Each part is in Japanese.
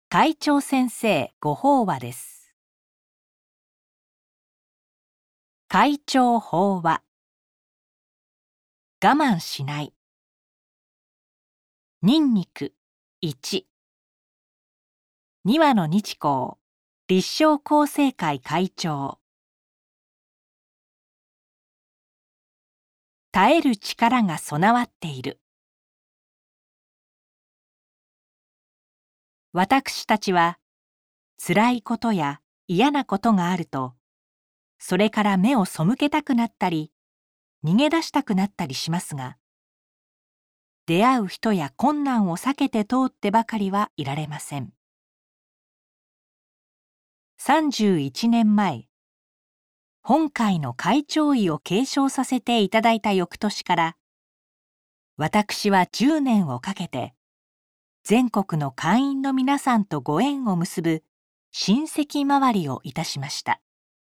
会長先生ご法話です。会長法話。我慢しない。ニンニク1。庭野日光立正厚生会会長。耐える力が備わっている。私たちは辛いことや嫌なことがあると、それから目を背けたくなったり、逃げ出したくなったりしますが、出会う人や困難を避けて通ってばかりはいられません。31年前、本会の会長位を継承させていただいた翌年から、私は10年をかけて、全国の会員の皆さんとご縁を結ぶ親戚回りをいたしました。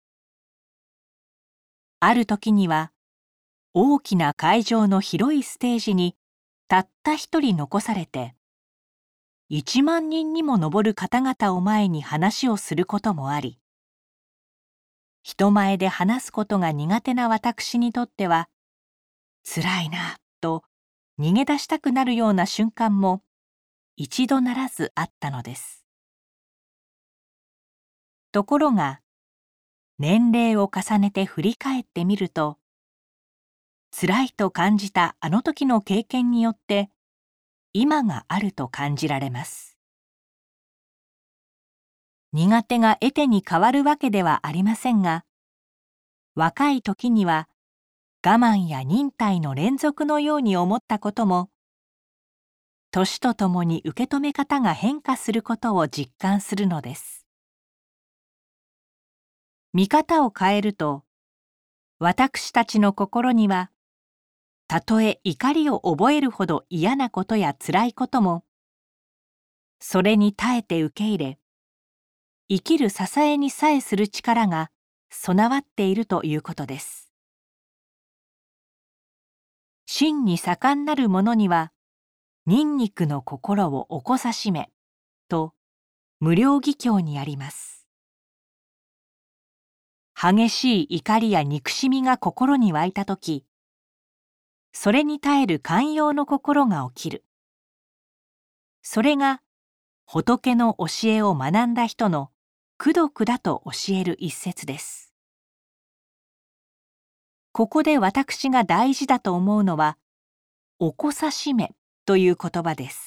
ある時には、大きな会場の広いステージにたった一人残されて、1万人にも上る方々を前に話をすることもあり、人前で話すことが苦手な私にとっては、辛いなと逃げ出したくなるような瞬間も一度ならずあったのです。ところが、年齢を重ねて振り返ってみると、辛いと感じたあの時の経験によって、今があると感じられます。苦手が得手に変わるわけではありませんが、若い時には我慢や忍耐の連続のように思ったことも、年とともに受け止め方が変化することを実感するのです。見方を変えると、私たちの心には、たとえ怒りを覚えるほど嫌なことや辛いことも、それに耐えて受け入れ、生きる支えにさえする力が備わっているということです。真に盛んなる者には、ニンニクの心をおこさしめ、と無量義経にあります。激しい怒りや憎しみが心に湧いたとき、それに耐える寛容の心が起きる。それが仏の教えを学んだ人の功徳だと教える一節です。ここで私が大事だと思うのは、おこさしめという言葉です。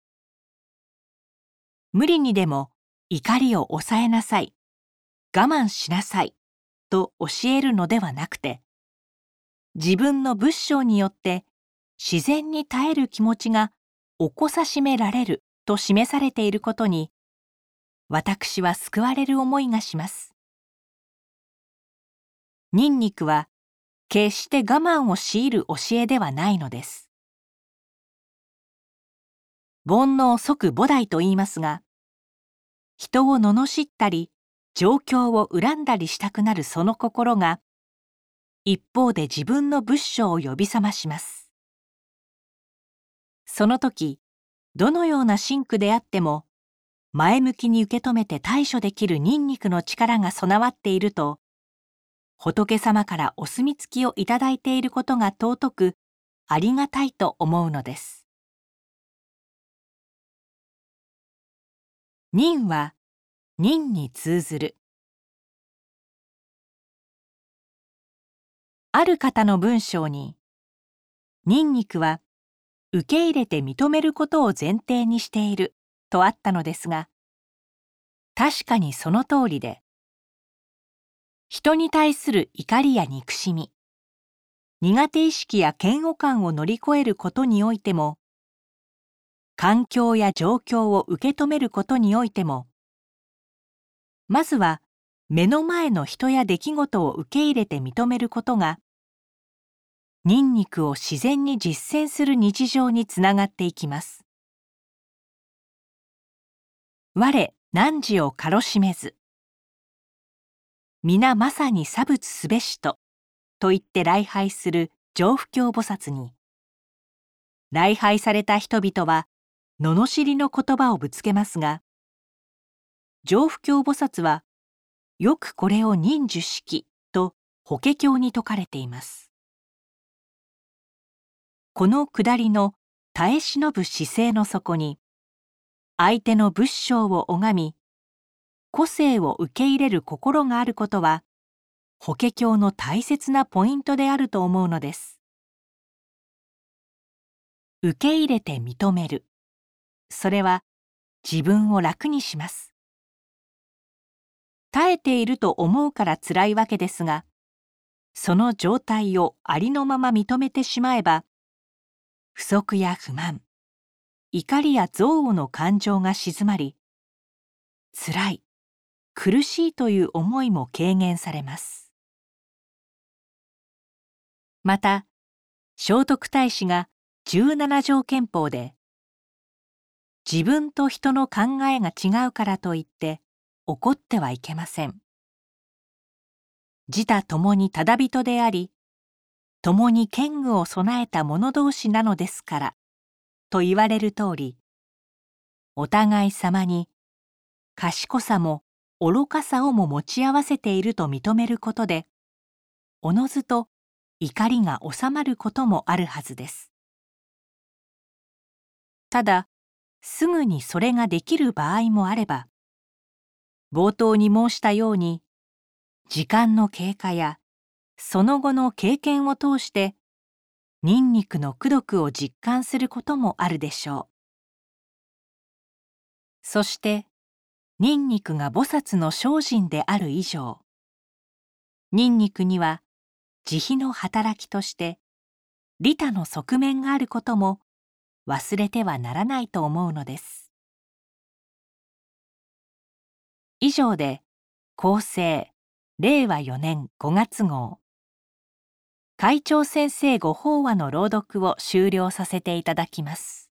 無理にでも怒りを抑えなさい、我慢しなさいと教えるのではなくて、自分の仏性によって自然に耐える気持ちがおこさしめられると示されていることに、私は救われる思いがします。ニンニクは決して我慢を強いる教えではないのです。煩悩即菩提と言いますが、人を罵ったり状況を恨んだりしたくなるその心が、一方で自分の仏性を呼び覚まします。その時、どのような真苦であっても、前向きに受け止めて対処できるニンニクの力が備わっていると、仏様からお墨付きをいただいていることが尊く、ありがたいと思うのです。忍は忍に通ずる。ある方の文章に、ニンニクは受け入れて認めることを前提にしているとあったのですが、確かにその通りで、人に対する怒りや憎しみ、苦手意識や嫌悪感を乗り越えることにおいても、環境や状況を受け止めることにおいても、まずは目の前の人や出来事を受け入れて認めることが、ニンニクを自然に実践する日常につながっていきます。我汝を軽しめず、皆まさに差別すべしと言って礼拝する常不軽菩薩に、礼拝された人々は罵りの言葉をぶつけますが、 常不軽菩薩はよくこれを忍受しきと法華経に説かれています。この下りの耐え忍ぶ姿勢の底に、相手の仏性を拝み、個性を受け入れる心があることは、法華経の大切なポイントであると思うのです。受け入れて認める。それは自分を楽にします。耐えていると思うから辛いわけですが、その状態をありのまま認めてしまえば、不足や不満、怒りや憎悪の感情が静まり、辛い、苦しいという思いも軽減されます。また、聖徳太子が17条憲法で、自分と人の考えが違うからといって怒ってはいけません。自他ともにただ人であり、共に剣具を備えた者同士なのですからと言われる通り、お互い様に賢さも愚かさをも持ち合わせていると認めることで、おのずと怒りが収まることもあるはずです。ただ、すぐにそれができる場合もあれば、冒頭に申したように、時間の経過やその後の経験を通してニンニクの功徳を実感することもあるでしょう。そしてニンニクが菩薩の精進である以上、ニンニクには慈悲の働きとして利他の側面があることも忘れてはならないと思うのです。以上で厚生令和4年5月号会長先生ご法話の朗読を終了させていただきます。